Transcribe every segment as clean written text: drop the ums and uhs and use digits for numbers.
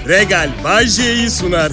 Regal Bajje'yi sunar.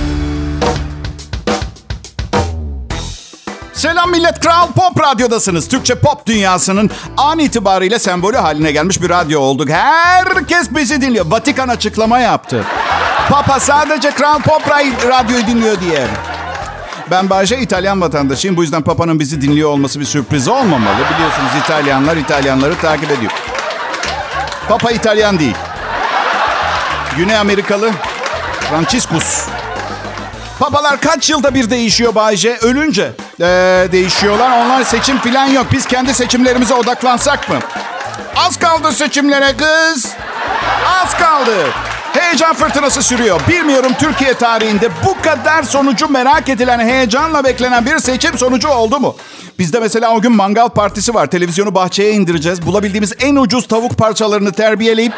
Selam millet, Kral Pop Radyo'dasınız. Türkçe pop dünyasının an itibariyle sembolü haline gelmiş bir radyo olduk. Herkes bizi dinliyor. Vatikan açıklama yaptı. Papa sadece Kral Pop Radyo'yu dinliyor diye. Ben Bayce, İtalyan vatandaşıyım. Bu yüzden Papa'nın bizi dinliyor olması bir sürpriz olmamalı. Biliyorsunuz İtalyanlar İtalyanları takip ediyor. Papa İtalyan değil. Güney Amerikalı Franciscus. Papalar kaç yılda bir değişiyor Bayce? Ölünce değişiyorlar. Onlar seçim falan yok. Biz kendi seçimlerimize odaklansak mı? Az kaldı seçimlere kız. Az kaldı. Heyecan fırtınası sürüyor. Bilmiyorum Türkiye tarihinde bu kadar sonucu merak edilen, heyecanla beklenen bir seçim sonucu oldu mu? Bizde mesela o gün mangal partisi var. Televizyonu bahçeye indireceğiz. Bulabildiğimiz en ucuz tavuk parçalarını terbiyeleyip...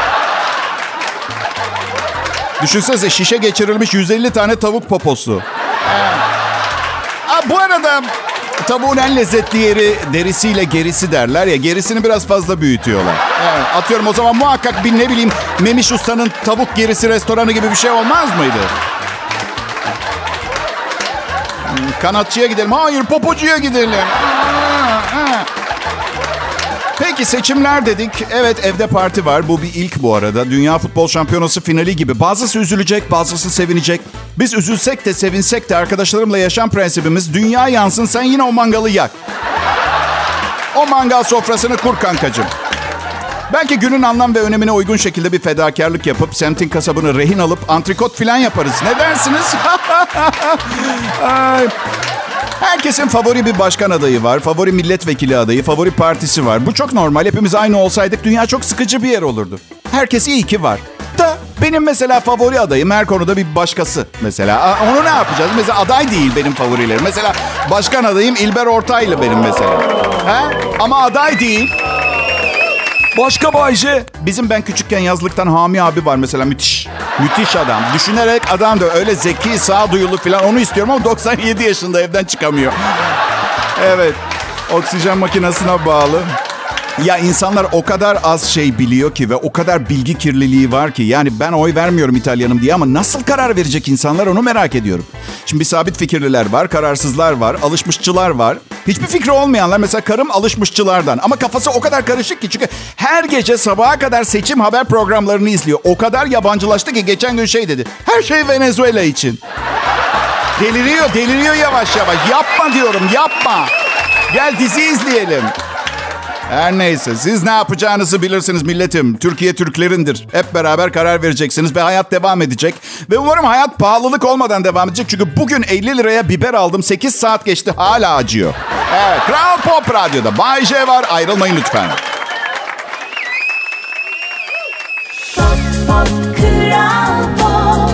Düşünsenize, şişe geçirilmiş 150 tane tavuk poposu. Bu arada tavuğun en lezzetli yeri derisiyle gerisi derler ya. Gerisini biraz fazla büyütüyorlar. Evet, atıyorum o zaman muhakkak bir Memiş Usta'nın tavuk gerisi restoranı gibi bir şey olmaz mıydı? Kanatçıya gidelim. Hayır, popocuya gidelim. Peki seçimler dedik. Evet, evde parti var. Bu bir ilk bu arada. Dünya Futbol Şampiyonası finali gibi. Bazısı üzülecek, bazısı sevinecek. Biz üzülsek de sevinsek de arkadaşlarımla yaşam prensibimiz dünya yansın, sen yine o mangalı yak. O mangal sofrasını kur kankacığım. Belki günün anlam ve önemine uygun şekilde bir fedakarlık yapıp semtin kasabını rehin alıp antrikot falan yaparız. Ne dersiniz? Ay. Herkesin favori bir başkan adayı var. Favori milletvekili adayı, favori partisi var. Bu çok normal. Hepimiz aynı olsaydık dünya çok sıkıcı bir yer olurdu. Herkes iyi ki var. Da benim mesela favori adayım her konuda bir başkası mesela. Onu ne yapacağız? Mesela aday değil benim favorilerim. Mesela başkan adayım İlber Ortaylı benim mesela. Ama aday değil. Başka Bayce. Bizim ben küçükken yazlıktan Hami abi var mesela, müthiş. Müthiş adam. Düşünerek adam da öyle zeki, sağduyulu falan, onu istiyorum ama 97 yaşında evden çıkamıyor. Evet. Oksijen makinesine bağlı. Ya insanlar o kadar az şey biliyor ki ve o kadar bilgi kirliliği var ki. Yani ben oy vermiyorum İtalyanım diye ama nasıl karar verecek insanlar, onu merak ediyorum. Şimdi bir sabit fikirliler var, kararsızlar var, alışmışçılar var. Hiçbir fikri olmayanlar, mesela karım alışmışçılardan. Ama kafası o kadar karışık ki, çünkü her gece sabaha kadar seçim haber programlarını izliyor. O kadar yabancılaştı ki geçen gün şey dedi. Her şey Venezuela için. Deliriyor yavaş yavaş. Yapma diyorum, yapma. Gel dizi izleyelim. Her neyse, siz ne yapacağınızı bilirsiniz milletim. Türkiye Türklerindir. Hep beraber karar vereceksiniz ve hayat devam edecek. Ve umarım hayat pahalılık olmadan devam edecek. Çünkü bugün 50 liraya biber aldım. 8 saat geçti, hala acıyor. Evet, Kral Pop Radyo'da Bay J var. Ayrılmayın lütfen. Pop, pop, Kral Pop.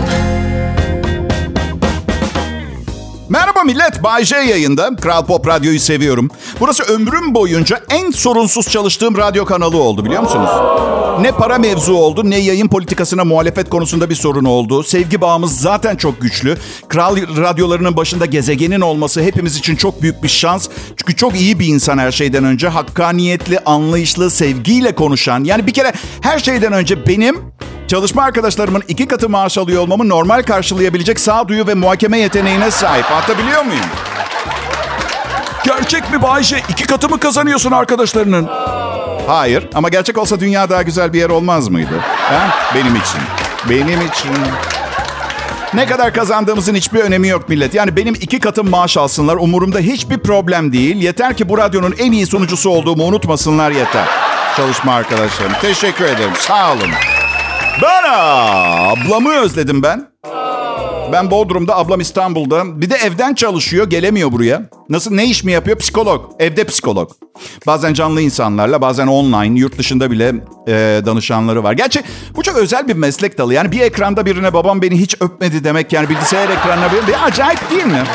Merhaba millet, Bay J yayında. Kral Pop Radyo'yu seviyorum. Burası ömrüm boyunca en sorunsuz çalıştığım radyo kanalı oldu, biliyor musunuz? Ne para mevzu oldu, ne yayın politikasına muhalefet konusunda bir sorun oldu. Sevgi bağımız zaten çok güçlü. Kral radyolarının başında gezegenin olması hepimiz için çok büyük bir şans. Çünkü çok iyi bir insan her şeyden önce. Hakkaniyetli, anlayışlı, sevgiyle konuşan. Yani bir kere her şeyden önce benim... Çalışma arkadaşlarımın 2 katı maaş alıyor olmamı normal karşılayabilecek sağduyu ve muhakeme yeteneğine sahip. Anlatabiliyor muyum? Gerçek mi Bayce? 2 katı mı kazanıyorsun arkadaşlarının? Hayır, ama gerçek olsa dünya daha güzel bir yer olmaz mıydı? Benim için. Benim için. Ne kadar kazandığımızın hiçbir önemi yok millet. Yani benim 2 katım maaş alsınlar, umurumda hiçbir problem değil. Yeter ki bu radyonun en iyi sunucusu olduğumu unutmasınlar yeter. Çalışma arkadaşlarım. Teşekkür ederim. Sağ olun. Ablamı özledim ben. Ben Bodrum'da, ablam İstanbul'da. Bir de evden çalışıyor, gelemiyor buraya. Nasıl, ne iş mi yapıyor? Psikolog. Evde psikolog. Bazen canlı insanlarla, bazen online, yurt dışında bile danışanları var. Gerçi bu çok özel bir meslek dalı. Yani bir ekranda birine babam beni hiç öpmedi demek, yani bilgisayar ekranına bir acayip değil mi?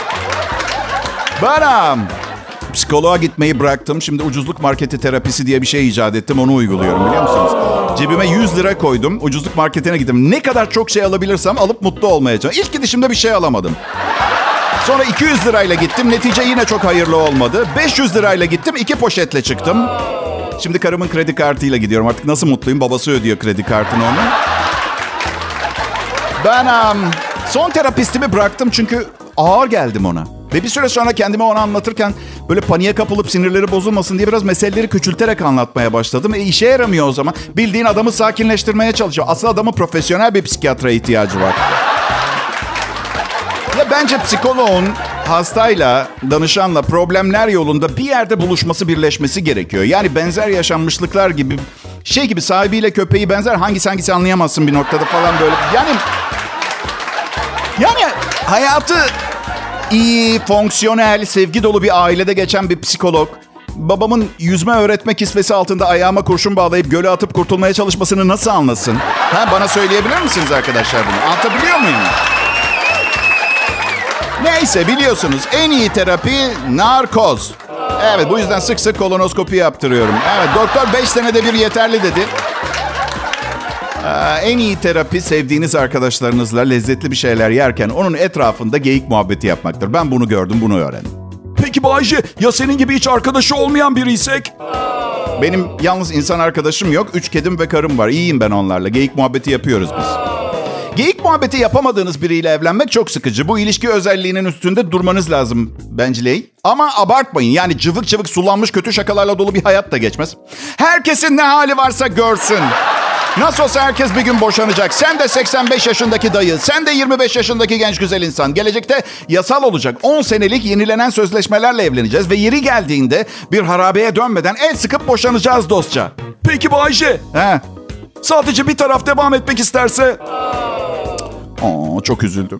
Psikoloğa gitmeyi bıraktım. Şimdi ucuzluk marketi terapisi diye bir şey icat ettim. Onu uyguluyorum, biliyor musunuz? Cebime 100 lira koydum. Ucuzluk marketine gittim. Ne kadar çok şey alabilirsem alıp mutlu olmaya çalışıyorum. İlk gidişimde bir şey alamadım. Sonra 200 lirayla gittim. Netice yine çok hayırlı olmadı. 500 lirayla gittim. 2 poşetle çıktım. Şimdi karımın kredi kartıyla gidiyorum. Artık nasıl mutluyum. Babası ödüyor kredi kartını onu. Ben son terapistimi bıraktım çünkü ağır geldim ona. Ve bir süre sonra kendime onu anlatırken böyle paniğe kapılıp sinirleri bozulmasın diye biraz meseleleri küçülterek anlatmaya başladım. İşe yaramıyor o zaman. Bildiğin adamı sakinleştirmeye çalışıyor. Asıl adamın profesyonel bir psikiyatra ihtiyacı var. Ya bence psikoloğun hastayla, danışanla problemler yolunda bir yerde buluşması, birleşmesi gerekiyor. Yani benzer yaşanmışlıklar gibi, şey gibi, sahibiyle köpeği benzer, hangisi anlayamazsın bir noktada falan böyle. Yani hayatı iyi, fonksiyonel, sevgi dolu bir ailede geçen bir psikolog, babamın yüzme öğretme kisvesi altında ayağıma kurşun bağlayıp göle atıp kurtulmaya çalışmasını nasıl anlasın? Bana söyleyebilir misiniz arkadaşlar bunu? Anlatabiliyor muyum? Neyse, biliyorsunuz en iyi terapi narkoz. Evet, bu yüzden sık sık kolonoskopi yaptırıyorum. Evet, doktor 5 senede bir yeterli dedi. En iyi terapi sevdiğiniz arkadaşlarınızla lezzetli bir şeyler yerken onun etrafında geyik muhabbeti yapmaktır. Ben bunu gördüm, bunu öğrendim. Peki Bayce, ya senin gibi hiç arkadaşı olmayan biriysek? Benim yalnız insan arkadaşım yok. 3 kedim ve karım var. İyiyim ben onlarla. Geyik muhabbeti yapıyoruz biz. Geyik muhabbeti yapamadığınız biriyle evlenmek çok sıkıcı. Bu ilişki özelliğinin üstünde durmanız lazım benciley. Ama abartmayın. Yani cıvık cıvık sulanmış kötü şakalarla dolu bir hayat da geçmez. Herkesin ne hali varsa görsün. Nasıl olsa herkes bir gün boşanacak. Sen de 85 yaşındaki dayı, sen de 25 yaşındaki genç güzel insan. Gelecekte yasal olacak 10 senelik yenilenen sözleşmelerle evleneceğiz. Ve yeri geldiğinde bir harabeye dönmeden el sıkıp boşanacağız dostça. Peki Bayce, sadece bir taraf devam etmek isterse? Çok üzüldüm.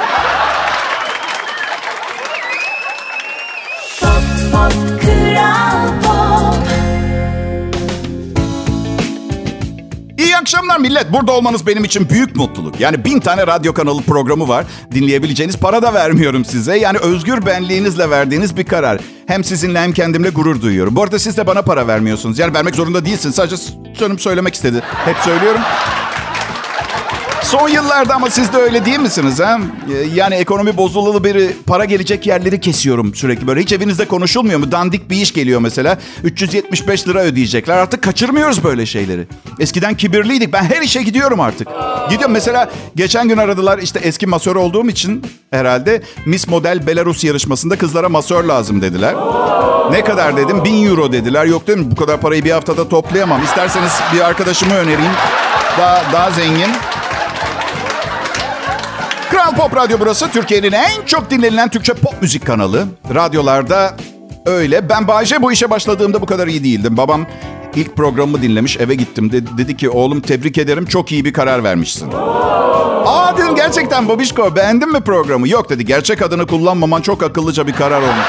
İyi akşamlar millet. Burada olmanız benim için büyük mutluluk. Yani 1000 tane radyo kanalı programı var. Dinleyebileceğiniz, para da vermiyorum size. Yani özgür benliğinizle verdiğiniz bir karar. Hem sizinle hem kendimle gurur duyuyorum. Bu arada siz de bana para vermiyorsunuz. Yani vermek zorunda değilsiniz. Sadece canım söylemek istedi. Hep söylüyorum. Son yıllarda ama siz de öyle değil misiniz? Yani ekonomi bozulalı beri para gelecek yerleri kesiyorum sürekli böyle. Hiç evinizde konuşulmuyor mu? Dandik bir iş geliyor mesela. 375 lira ödeyecekler. Artık kaçırmıyoruz böyle şeyleri. Eskiden kibirliydik. Ben her işe gidiyorum artık. Gidiyorum mesela, geçen gün aradılar. İşte eski masör olduğum için herhalde Miss Model Belarus yarışmasında kızlara masör lazım dediler. Ne kadar dedim? 1000 euro dediler. Yok değil mi? Bu kadar parayı bir haftada toplayamam. İsterseniz bir arkadaşımı önereyim. Daha zengin. Kral Pop Radyo burası. Türkiye'nin en çok dinlenilen Türkçe pop müzik kanalı. Radyolarda öyle. Ben Bayce, bu işe başladığımda bu kadar iyi değildim. Babam ilk programımı dinlemiş, eve gittim. Dedi ki oğlum tebrik ederim, çok iyi bir karar vermişsin. Dedim gerçekten babişko, beğendin mi programı? Yok dedi, gerçek adını kullanmaman çok akıllıca bir karar olmuş.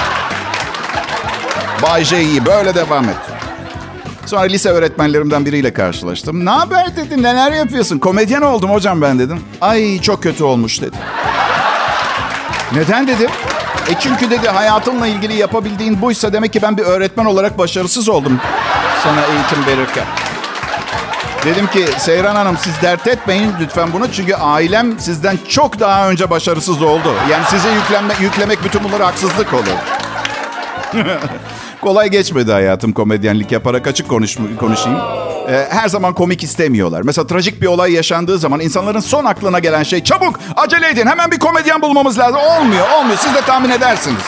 Bayce iyi, böyle devam et. Sonra lise öğretmenlerimden biriyle karşılaştım. Ne haber dedi, neler yapıyorsun? Komedyen oldum hocam ben dedim. Ay çok kötü olmuş dedi. Neden dedim. Çünkü dedi hayatımla ilgili yapabildiğin buysa demek ki ben bir öğretmen olarak başarısız oldum sana eğitim verirken. Dedim ki Seyran Hanım siz dert etmeyin lütfen bunu. Çünkü ailem sizden çok daha önce başarısız oldu. Yani size yüklemek bütün bunlara haksızlık olur. Kolay geçmedi hayatım komedyenlik yaparak, açık konuşayım. Her zaman komik istemiyorlar. Mesela trajik bir olay yaşandığı zaman insanların son aklına gelen şey çabuk acele edin, hemen bir komedyen bulmamız lazım. Olmuyor. Siz de tahmin edersiniz.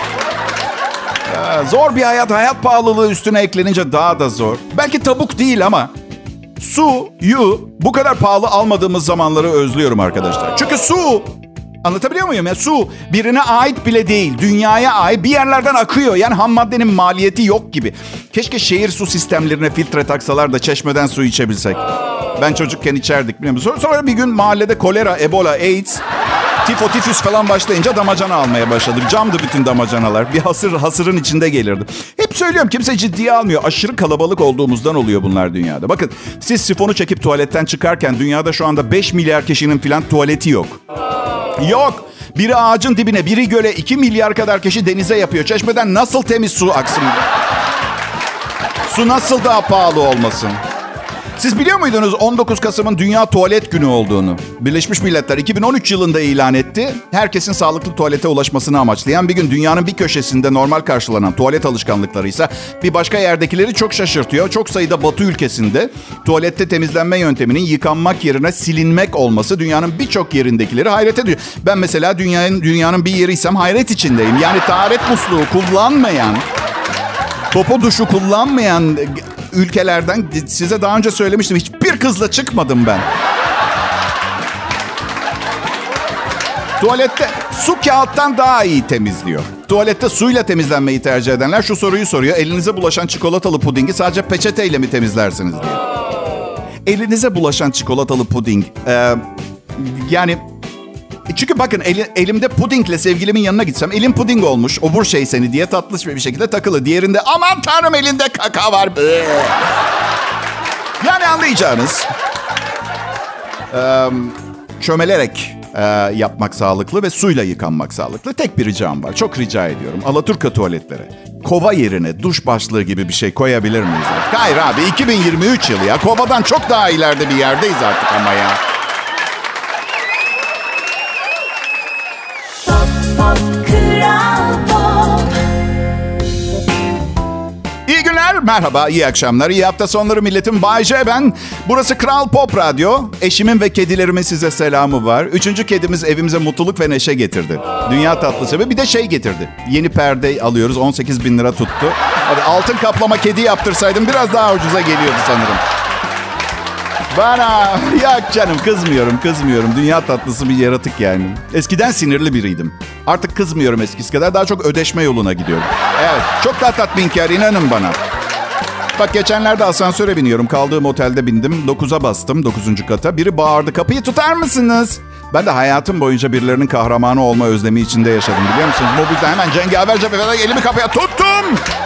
Zor bir hayat pahalılığı üstüne eklenince daha da zor. Belki tabuk değil ama suyu bu kadar pahalı almadığımız zamanları özlüyorum arkadaşlar. Çünkü su, anlatabiliyor muyum ya? Su birine ait bile değil. Dünyaya ait, bir yerlerden akıyor. Yani ham maddenin maliyeti yok gibi. Keşke şehir su sistemlerine filtre taksalar da çeşmeden su içebilsek. Ben çocukken içerdik biliyor musun? Sonra bir gün mahallede kolera, ebola, AIDS, tifotifüs falan başlayınca damacana almaya başladık. Camdı bütün damacanalar. Bir hasırın içinde gelirdi. Hep söylüyorum, kimse ciddiye almıyor. Aşırı kalabalık olduğumuzdan oluyor bunlar dünyada. Bakın siz sifonu çekip tuvaletten çıkarken dünyada şu anda 5 milyar kişinin falan tuvaleti yok. Yok. Biri ağacın dibine, biri göle, 2 milyar kadar kişi denize yapıyor. Çeşmeden nasıl temiz su aksın? Su nasıl daha pahalı olmasın? Siz biliyor muydunuz 19 Kasım'ın Dünya Tuvalet Günü olduğunu? Birleşmiş Milletler 2013 yılında ilan etti. Herkesin sağlıklı tuvalete ulaşmasını amaçlayan bir gün. Dünyanın bir köşesinde normal karşılanan tuvalet alışkanlıkları ise bir başka yerdekileri çok şaşırtıyor. Çok sayıda Batı ülkesinde tuvalette temizlenme yönteminin yıkanmak yerine silinmek olması dünyanın birçok yerindekileri hayret ediyor. Ben mesela dünyanın bir yeriysem hayret içindeyim. Yani taharet musluğu kullanmayan, topo duşu kullanmayan ülkelerden size daha önce söylemiştim. Hiçbir kızla çıkmadım ben. Tuvalette su kağıttan daha iyi temizliyor. Tuvalette suyla temizlenmeyi tercih edenler şu soruyu soruyor. Elinize bulaşan çikolatalı pudingi sadece peçeteyle mi temizlersiniz diye. Elinize bulaşan çikolatalı puding. Yani çünkü bakın elimde pudingle sevgilimin yanına gitsem elim puding olmuş. Obur şey seni diye tatlış bir şekilde takılı. Diğerinde aman tanrım elinde kaka var. Yani anlayacağınız. Çömelerek yapmak sağlıklı ve suyla yıkanmak sağlıklı. Tek bir ricam var. Çok rica ediyorum. Alaturka tuvaletlere kova yerine duş başlığı gibi bir şey koyabilir miyiz artık? Hayır abi 2023 yılı ya. Kovadan çok daha ileride bir yerdeyiz artık ama ya. İyi günler, merhaba, iyi akşamlar, iyi hafta sonları milletim. Bay J ben. Burası Kral Pop Radyo. Eşimin ve kedilerimin size selamı var. 3. kedimiz evimize mutluluk ve neşe getirdi. Dünya tatlısı ve bir de şey getirdi. Yeni perde alıyoruz, 18 bin lira tuttu. Hadi altın kaplama kedi yaptırsaydım biraz daha ucuza geliyordu sanırım. Bana, ya canım kızmıyorum. Dünya tatlısı bir yaratık yani. Eskiden sinirli biriydim. Artık kızmıyorum eskisi kadar. Daha çok ödeşme yoluna gidiyorum. Evet, çok daha tatminkar, inanın bana. Bak geçenlerde asansöre biniyorum. Kaldığım otelde bindim. 9'a bastım, 9. kata. Biri bağırdı, kapıyı tutar mısınız? Ben de hayatım boyunca birilerinin kahramanı olma özlemi içinde yaşadım, biliyor musunuz? Mobilde hemen cengaverce elimi kapıya tuttum.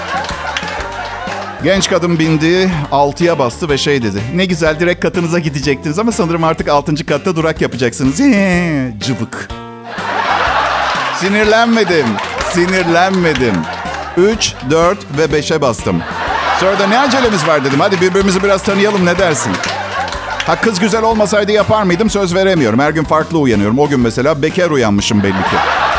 Genç kadın bindi, 6'ya bastı ve şey dedi. Ne güzel, direkt katınıza gidecektiniz ama sanırım artık 6. katta durak yapacaksınız. Cıvık. Sinirlenmedim. 3, 4 ve 5'e bastım. Sonra da ne acelemiz var dedim. Hadi birbirimizi biraz tanıyalım, ne dersin? Ha, kız güzel olmasaydı yapar mıydım? Söz veremiyorum. Her gün farklı uyanıyorum. O gün mesela bekar uyanmışım belli ki.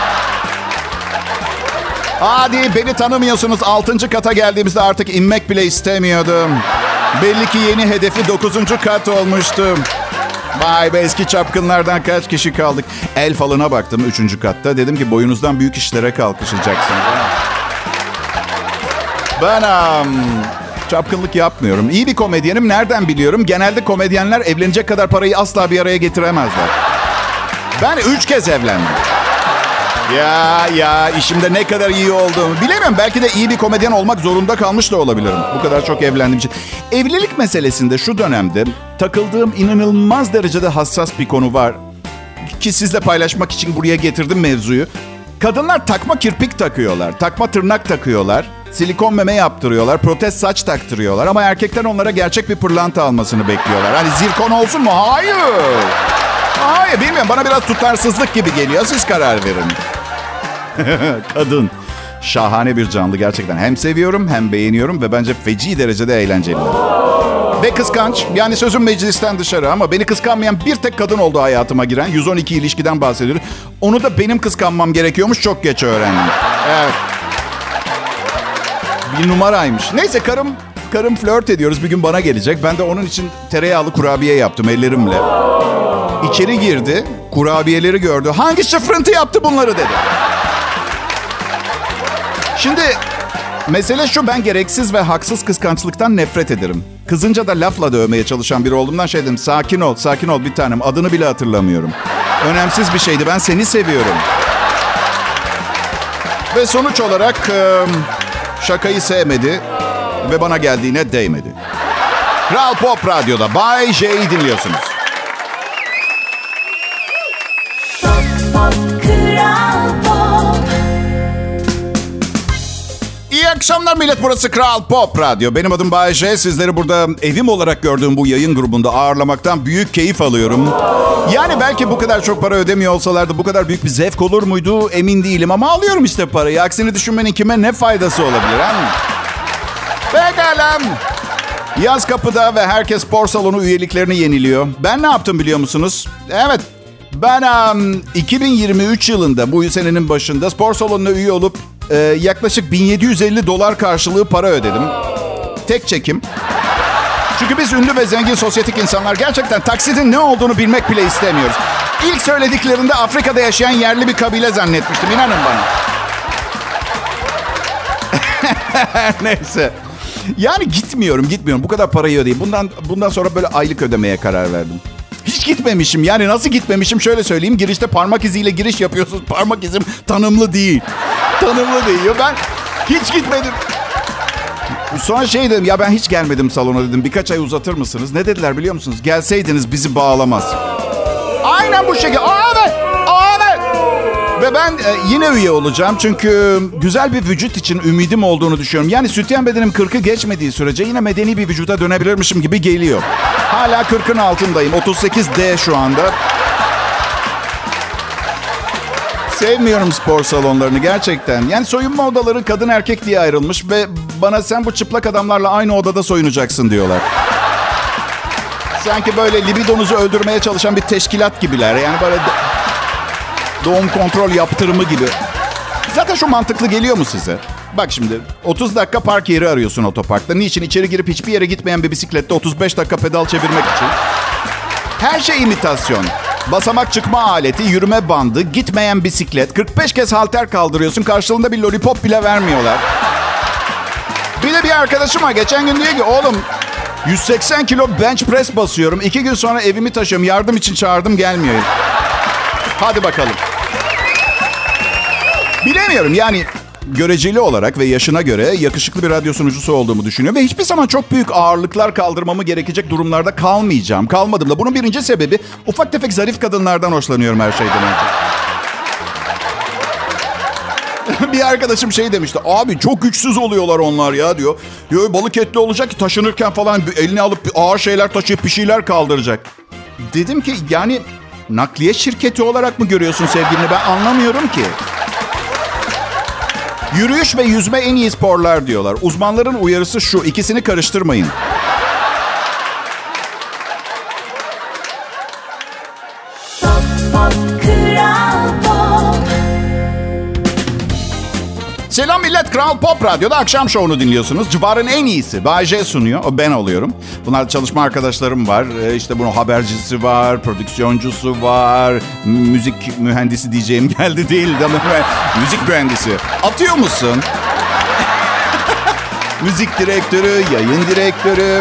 Hadi beni tanımıyorsunuz. 6. kata geldiğimizde artık inmek bile istemiyordum. Belli ki yeni hedefi 9. kat olmuştum. Vay be, eski çapkınlardan kaç kişi kaldık. El falına baktım 3. katta. Dedim ki boyunuzdan büyük işlere kalkışacaksınız. Ben çapkınlık yapmıyorum. İyi bir komedyenim, nereden biliyorum? Genelde komedyenler evlenecek kadar parayı asla bir araya getiremezler. Ben 3 kez evlendim. Ya işimde ne kadar iyi olduğumu bilemiyorum. Belki de iyi bir komedyen olmak zorunda kalmış da olabilirim. Bu kadar çok evlendiğim için. Evlilik meselesinde şu dönemde takıldığım inanılmaz derecede hassas bir konu var. Ki sizle paylaşmak için buraya getirdim mevzuyu. Kadınlar takma kirpik takıyorlar. Takma tırnak takıyorlar. Silikon meme yaptırıyorlar. Protez saç taktırıyorlar. Ama erkekten onlara gerçek bir pırlanta almasını bekliyorlar. Hani zirkon olsun mu? Hayır. Bilmiyorum. Bana biraz tutarsızlık gibi geliyor. Siz karar verin. Kadın. Şahane bir canlı gerçekten. Hem seviyorum hem beğeniyorum ve bence feci derecede eğlenceli. Ve kıskanç. Yani sözüm meclisten dışarı ama beni kıskanmayan bir tek kadın oldu hayatıma giren. 112 ilişkiden bahsediyoruz. Onu da benim kıskanmam gerekiyormuş. Çok geç öğrendim. Evet. Bir numaraymış. Neyse karım flört ediyoruz. Bir gün bana gelecek. Ben de onun için tereyağlı kurabiye yaptım ellerimle. İçeri girdi. Kurabiyeleri gördü. Hangi şıfrıntı yaptı bunları dedi. Şimdi mesele şu, ben gereksiz ve haksız kıskançlıktan nefret ederim. Kızınca da lafla dövmeye çalışan biri olduğumdan şey dedim. Sakin ol bir tanem. Adını bile hatırlamıyorum. Önemsiz bir şeydi. Ben seni seviyorum. Ve sonuç olarak şakayı sevmedi ve bana geldiğine değmedi. Kral Pop Radyo'da Bay J'yi dinliyorsunuz. İyi akşamlar millet, burası Kral Pop Radyo. Benim adım Bay J. Sizleri burada evim olarak gördüğüm bu yayın grubunda ağırlamaktan büyük keyif alıyorum. Yani belki bu kadar çok para ödemiyor olsalardı bu kadar büyük bir zevk olur muydu emin değilim. Ama alıyorum işte parayı. Aksini düşünmenin kime ne faydası olabilir? Pekala. Yaz kapıda ve herkes spor salonu üyeliklerini yeniliyor. Ben ne yaptım biliyor musunuz? Evet, ben 2023 yılında bu senenin başında spor salonuna üye olup yaklaşık $1750 karşılığı para ödedim. Tek çekim. Çünkü biz ünlü ve zengin sosyetik insanlar gerçekten taksidin ne olduğunu bilmek bile istemiyoruz. İlk söylediklerinde Afrika'da yaşayan yerli bir kabile zannetmiştim. İnanın bana. Neyse. Yani gitmiyorum. Bu kadar parayı ödeyeyim. Bundan sonra böyle aylık ödemeye karar verdim. Hiç gitmemişim. Yani nasıl gitmemişim şöyle söyleyeyim. Girişte parmak iziyle giriş yapıyorsunuz. Parmak izim tanımlı değil. Tanımlı değil. Ben hiç gitmedim. Sonra şey dedim, ya ben hiç gelmedim salona dedim. Birkaç ay uzatır mısınız? Ne dediler biliyor musunuz? Gelseydiniz bizi bağlamaz. Aynen bu şekilde. Evet. Ve ben yine üye olacağım. Çünkü güzel bir vücut için ümidim olduğunu düşünüyorum. Yani sütyen bedenim 40'ı geçmediği sürece yine medeni bir vücuda dönebilirmişim gibi geliyor. Hala 40'ın altındayım. 38D şu anda. Sevmiyorum spor salonlarını gerçekten. Yani soyunma odaları kadın erkek diye ayrılmış ve bana sen bu çıplak adamlarla aynı odada soyunacaksın diyorlar. Sanki böyle libidonuzu öldürmeye çalışan bir teşkilat gibiler. Yani böyle doğum kontrol yaptırımı gibi. Zaten şu mantıklı geliyor mu size? Bak şimdi 30 dakika park yeri arıyorsun otoparkta. Niçin? İçeri girip hiçbir yere gitmeyen bir bisiklette 35 dakika pedal çevirmek için. Her şey imitasyon. Basamak çıkma aleti, yürüme bandı, gitmeyen bisiklet. 45 kez halter kaldırıyorsun. Karşılığında bir lollipop bile vermiyorlar. Bir de bir arkadaşım var. Geçen gün diyor ki oğlum 180 kilo bench press basıyorum. 2 gün sonra evimi taşıyorum. Yardım için çağırdım, gelmiyor. Hadi bakalım. Bilemiyorum yani göreceli olarak ve yaşına göre yakışıklı bir radyo sunucusu olduğumu düşünüyor. Ve hiçbir zaman çok büyük ağırlıklar kaldırmamı gerekecek durumlarda kalmayacağım. Kalmadım da. Bunun birinci sebebi ufak tefek zarif kadınlardan hoşlanıyorum her şeyden önce. Bir arkadaşım şey demişti. Abi çok güçsüz oluyorlar onlar ya diyor. Diyor balık etli olacak ki taşınırken falan eline alıp ağır şeyler taşıyıp bir şeyler kaldıracak. Dedim ki yani nakliye şirketi olarak mı görüyorsun sevgilini, ben anlamıyorum ki. Yürüyüş ve yüzme en iyi sporlar diyorlar. Uzmanların uyarısı şu, ikisini karıştırmayın. Selam millet, Kral Pop Radyo'da akşam şovunu dinliyorsunuz. Civarın en iyisi. Bay J sunuyor, o ben oluyorum. Bunlar çalışma arkadaşlarım var. İşte bunun habercisi var, prodüksiyoncusu var. Müzik mühendisi diyeceğim geldi değil. Müzik mühendisi. Atıyor musun? Müzik direktörü, yayın direktörü.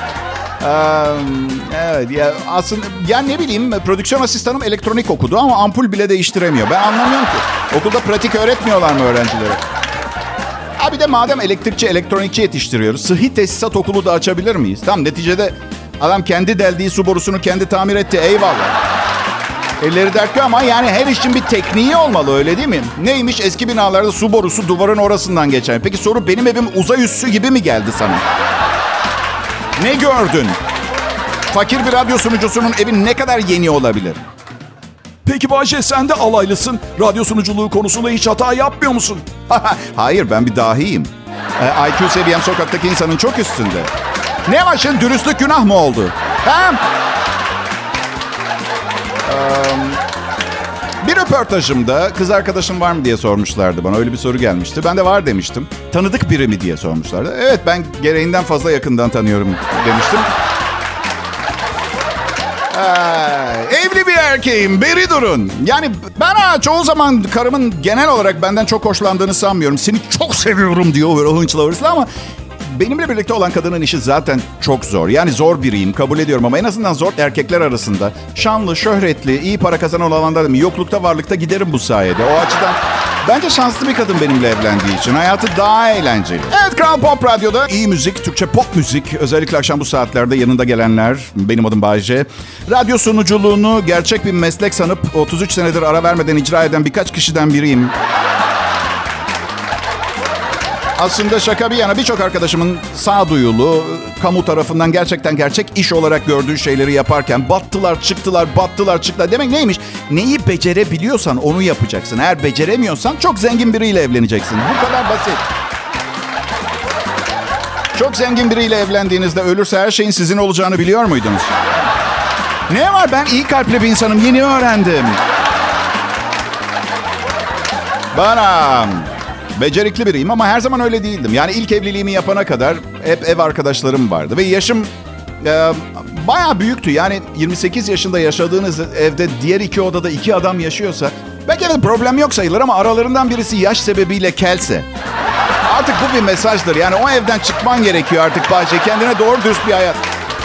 Evet ya aslında ya ne bileyim prodüksiyon asistanım elektronik okudu ama ampul bile değiştiremiyor. Ben anlamıyorum ki. Okulda pratik öğretmiyorlar mı öğrencilere? Abi de madem elektrikçi, elektronikçi yetiştiriyoruz, sıhhi tesisat okulu da açabilir miyiz? Tamam, neticede adam kendi deldiği su borusunu kendi tamir etti. Eyvallah. Elleri dertli ama yani her işin bir tekniği olmalı, öyle değil mi? Neymiş, eski binalarda su borusu duvarın orasından geçer. Peki soru, benim evim uzay üssü gibi mi geldi sana? Ne gördün? Fakir bir radyo sunucusunun evi ne kadar yeni olabilir? Peki Bayce, sen de alaylısın. Radyo sunuculuğu konusunda hiç hata yapmıyor musun? Hayır, ben bir dahiyim. IQ seviyem sokaktaki insanın çok üstünde. Ne var şimdi, dürüstlük günah mı oldu? Ha? Bir röportajımda kız arkadaşın var mı diye sormuşlardı bana. Öyle bir soru gelmişti. Ben de var demiştim. Tanıdık biri mi diye sormuşlardı. Evet, ben gereğinden fazla yakından tanıyorum demiştim. Evli bir erkeğim, beri durun. Yani ben çoğu zaman karımın genel olarak benden çok hoşlandığını sanmıyorum. Seni çok seviyorum diyor böyle hınçla hırsla ama benimle birlikte olan kadının işi zaten çok zor. Yani zor biriyim, kabul ediyorum ama en azından zor erkekler arasında. Şanlı, şöhretli, iyi para kazanan olanlardan yoklukta varlıkta giderim bu sayede. O açıdan bence şanslı bir kadın benimle evlendiği için. Hayatı daha eğlenceli. Evet, Kral Pop Radyo'da iyi müzik, Türkçe pop müzik. Özellikle akşam bu saatlerde yanında gelenler. Benim adım Bayce. Radyo sunuculuğunu gerçek bir meslek sanıp 33 senedir ara vermeden icra eden birkaç kişiden biriyim. Aslında şaka bir yana birçok arkadaşımın sağduyulu, kamu tarafından gerçekten gerçek iş olarak gördüğü şeyleri yaparken battılar, çıktılar, battılar, çıktılar. Demek neymiş? Neyi becerebiliyorsan onu yapacaksın. Eğer beceremiyorsan çok zengin biriyle evleneceksin. Bu kadar basit. Çok zengin biriyle evlendiğinizde ölürse her şeyin sizin olacağını biliyor muydunuz? Ne var, ben iyi kalpli bir insanım. Yeni öğrendim. Bana becerikli biriyim ama her zaman öyle değildim. Yani ilk evliliğimi yapana kadar hep ev arkadaşlarım vardı. Ve yaşım bayağı büyüktü. Yani 28 yaşında yaşadığınız evde diğer 2 odada 2 adam yaşıyorsa... Belki de problem yok sayılır ama aralarından birisi yaş sebebiyle kelse. Artık bu bir mesajdır. Yani o evden çıkman gerekiyor artık Bahçe. Kendine doğru dürüst bir hayat.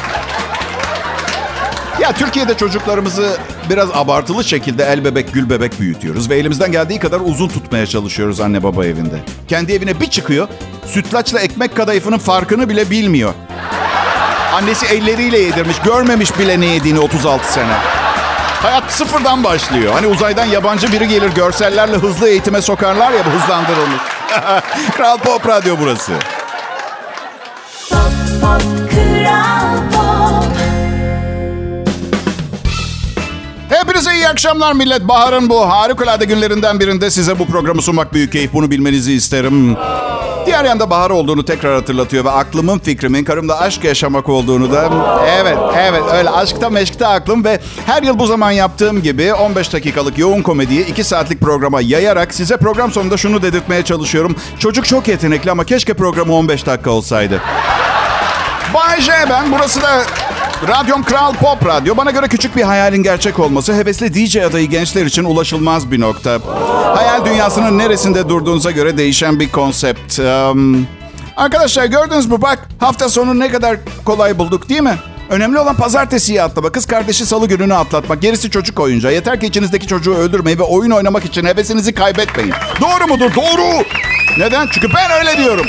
Ya Türkiye'de çocuklarımızı biraz abartılı şekilde el bebek gül bebek büyütüyoruz. Ve elimizden geldiği kadar uzun tutmaya çalışıyoruz anne baba evinde. Kendi evine bir çıkıyor, sütlaçla ekmek kadayıfının farkını bile bilmiyor. Annesi elleriyle yedirmiş, görmemiş bile ne yediğini 36 sene. Hayat sıfırdan başlıyor. Hani uzaydan yabancı biri gelir, görsellerle hızlı eğitime sokarlar ya, bu hızlandırılmış. Kral Pop Radyo burası. Pop, pop, Kral Pop. Hepinize iyi akşamlar millet. Bahar'ın bu harikulade günlerinden birinde size bu programı sunmak büyük keyif. Bunu bilmenizi isterim. Diğer yanda bahar olduğunu tekrar hatırlatıyor ve aklımın, fikrimin karımla aşk yaşamak olduğunu da... Evet öyle aşkta meşkte aklım ve her yıl bu zaman yaptığım gibi 15 dakikalık yoğun komediyi 2 saatlik programa yayarak size program sonunda şunu dedirtmeye çalışıyorum. Çocuk çok yetenekli ama keşke programı 15 dakika olsaydı. Bay J ben, burası da Radyom Kral Pop Radyo. Bana göre küçük bir hayalin gerçek olması, hevesli DJ adayı gençler için ulaşılmaz bir nokta. Hayal dünyasının neresinde durduğunuza göre değişen bir konsept. Arkadaşlar gördünüz mü bak, hafta sonu ne kadar kolay bulduk değil mi? Önemli olan pazartesiyi atlamak, kız kardeşi salı gününü atlatmak. Gerisi çocuk oyuncağı. Yeter ki içinizdeki çocuğu öldürmeyin ve oyun oynamak için hevesinizi kaybetmeyin. Doğru mudur? Doğru. Neden? Çünkü ben öyle diyorum.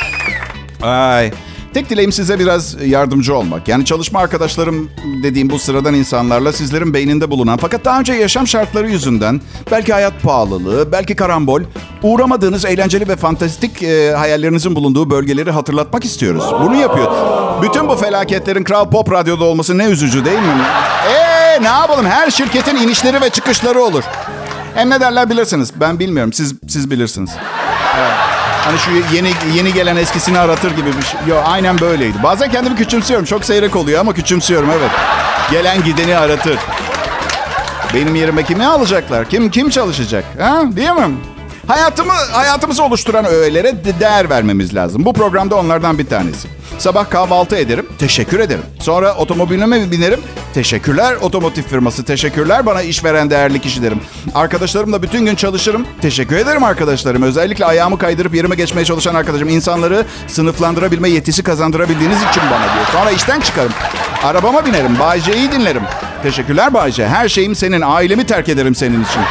Ay... Tek dileğim size biraz yardımcı olmak. Yani çalışma arkadaşlarım dediğim bu sıradan insanlarla sizlerin beyninde bulunan... fakat daha önce yaşam şartları yüzünden... belki hayat pahalılığı, belki karambol... uğramadığınız eğlenceli ve fantastik hayallerinizin bulunduğu bölgeleri hatırlatmak istiyoruz. Bunu yapıyor. Bütün bu felaketlerin Kral Pop Radyo'da olması ne üzücü değil mi? Ne yapalım? Her şirketin inişleri ve çıkışları olur. Hem ne derler bilirsiniz. Ben bilmiyorum. Siz bilirsiniz. Evet. Hani şu yeni gelen eskisini aratır gibi bir şey. Yo, aynen böyleydi. Bazen kendimi küçümsüyorum. Çok seyrek oluyor ama küçümsüyorum, evet. Gelen gideni aratır. Benim yerime kimi alacaklar? Kim çalışacak? Ha? Değil mi? Hayatımızı oluşturan öğelere değer vermemiz lazım. Bu programda onlardan bir tanesi. Sabah kahvaltı ederim, teşekkür ederim. Sonra otomobilime binerim, teşekkürler otomotiv firması, teşekkürler bana iş veren değerli kişi derim. Arkadaşlarımla bütün gün çalışırım, teşekkür ederim arkadaşlarım. Özellikle ayağımı kaydırıp yerime geçmeye çalışan arkadaşım. İnsanları sınıflandırabilme yetisi kazandırabildiğiniz için bana diyor. Sonra işten çıkarım, arabama binerim, Bay J'yi dinlerim. Teşekkürler Bay J, her şeyim senin, ailemi terk ederim senin için.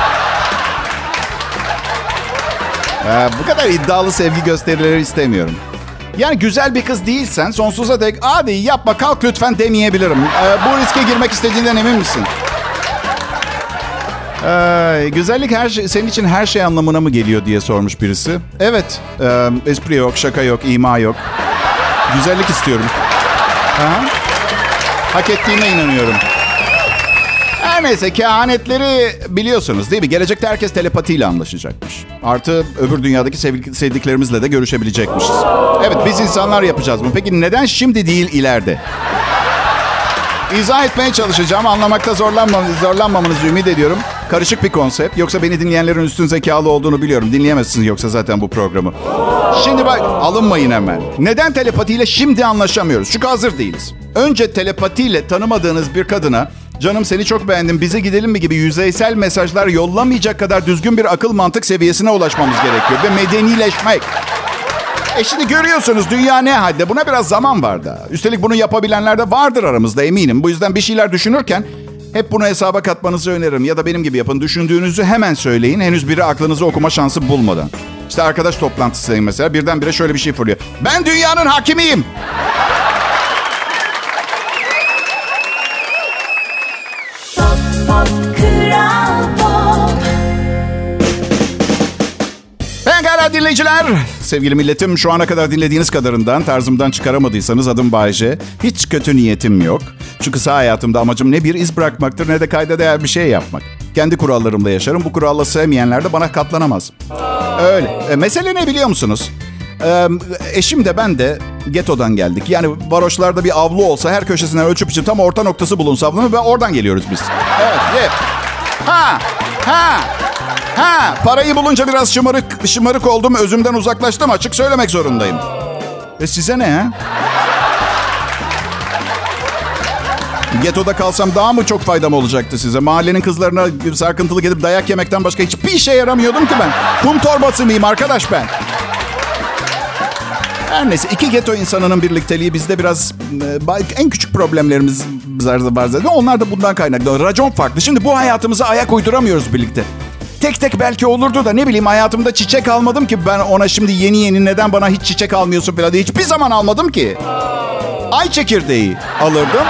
Bu kadar iddialı sevgi gösterileri istemiyorum. Yani güzel bir kız değilsen sonsuza dek hadi yapma kalk lütfen demeyebilirim. Bu riske girmek istediğinden emin misin? Güzellik senin için her şey anlamına mı geliyor diye sormuş birisi. Evet. Espri yok, şaka yok, ima yok. Güzellik istiyorum. Hak ettiğime inanıyorum. Her neyse, kehanetleri biliyorsunuz değil mi? Gelecekte herkes telepatiyle anlaşacakmış. Artı öbür dünyadaki sevdiklerimizle de görüşebilecekmişiz. Evet, biz insanlar yapacağız bunu. Peki neden şimdi değil ileride? İzah etmeye çalışacağım. Anlamakta zorlanmamanızı ümit ediyorum. Karışık bir konsept. Yoksa beni dinleyenlerin üstün zekalı olduğunu biliyorum. Dinleyemezsiniz yoksa zaten bu programı. Şimdi bak, alınmayın hemen. Neden telepatiyle şimdi anlaşamıyoruz? Çünkü hazır değiliz. Önce telepatiyle tanımadığınız bir kadına "Canım seni çok beğendim, bize gidelim mi?" gibi yüzeysel mesajlar yollamayacak kadar düzgün bir akıl mantık seviyesine ulaşmamız gerekiyor. Ve medenileşmek. Şimdi görüyorsunuz dünya ne halde. Buna biraz zaman var da. Üstelik bunu yapabilenler de vardır aramızda, eminim. Bu yüzden bir şeyler düşünürken hep bunu hesaba katmanızı öneririm. Ya da benim gibi yapın. Düşündüğünüzü hemen söyleyin. Henüz biri aklınızı okuma şansı bulmadan. İşte arkadaş toplantısındayım mesela. Birdenbire şöyle bir şey fırlıyor: "Ben dünyanın hakimiyim." Pekala dinleyiciler. Sevgili milletim, şu ana kadar dinlediğiniz kadarından tarzımdan çıkaramadıysanız adım Bay J. Hiç kötü niyetim yok. Şu kısa hayatımda amacım ne bir iz bırakmaktır ne de kayda değer bir şey yapmak. Kendi kurallarımla yaşarım. Bu kuralla sevmeyenler de bana katlanamaz. Öyle. Mesele ne biliyor musunuz? Eşim de ben de Geto'dan geldik. Yani varoşlarda bir avlu olsa her köşesinden ölçüp için tam orta noktası bulunsa avlunun ve oradan geliyoruz biz. Evet. Parayı bulunca biraz şımarık oldum. Özümden uzaklaştım. Açık söylemek zorundayım. Size ne ha? Geto'da kalsam daha mı çok faydam olacaktı size? Mahallenin kızlarına sarkıntılık edip dayak yemekten başka hiçbir işe yaramıyordum ki ben. Kum torbası mıyım arkadaş ben? Her neyse, iki geto insanının birlikteliği bizde biraz en küçük problemlerimiz var zaten. Onlar da bundan kaynaklı. Racon farklı. Şimdi bu hayatımıza ayak uyduramıyoruz birlikte. Tek tek belki olurdu da ne bileyim, hayatımda çiçek almadım ki ben ona şimdi yeni neden bana hiç çiçek almıyorsun falan diye hiçbir zaman almadım ki. Ay çekirdeği alırdım.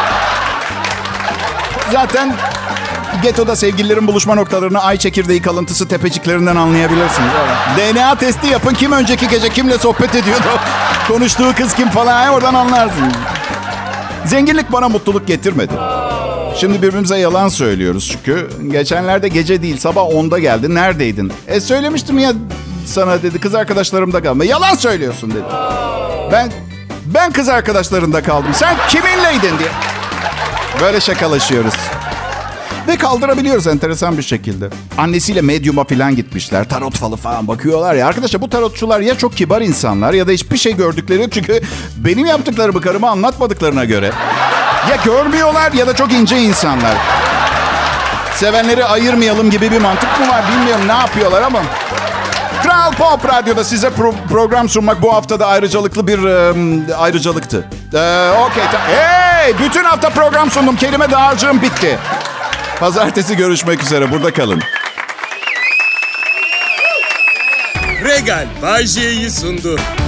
Zaten Geto'da sevgililerin buluşma noktalarını ay çekirdeği kalıntısı tepeciklerinden anlayabilirsiniz. Evet. DNA testi yapın, kim önceki gece kimle sohbet ediyordu, konuştuğu kız kim falan, oradan anlarsın. Zenginlik bana mutluluk getirmedi. Şimdi birbirimize yalan söylüyoruz çünkü. Geçenlerde gece değil, sabah 10'da geldi. Neredeydin? Söylemiştim ya sana dedi, kız arkadaşlarımda kaldım. Yalan söylüyorsun dedi. Ben kız arkadaşlarında kaldım. Sen kiminleydin diye. Böyle şakalaşıyoruz. Ve kaldırabiliyoruz enteresan bir şekilde. Annesiyle medyuma falan gitmişler. Tarot falı falan bakıyorlar ya. Arkadaşlar bu tarotçular ya çok kibar insanlar ya da hiçbir şey gördükleri yok. Çünkü benim yaptıklarımı karıma anlatmadıklarına göre. Ya görmüyorlar ya da çok ince insanlar. Sevenleri ayırmayalım gibi bir mantık mı var bilmiyorum, ne yapıyorlar ama. Kral Pop Radyo'da size program sunmak bu hafta da ayrıcalıklı bir ayrıcalıktı. Okey. Hey! Bütün hafta program sundum. Kelime dağarcığım bitti. Pazartesi görüşmek üzere. Burada kalın. Regal Bay J'yi sundu.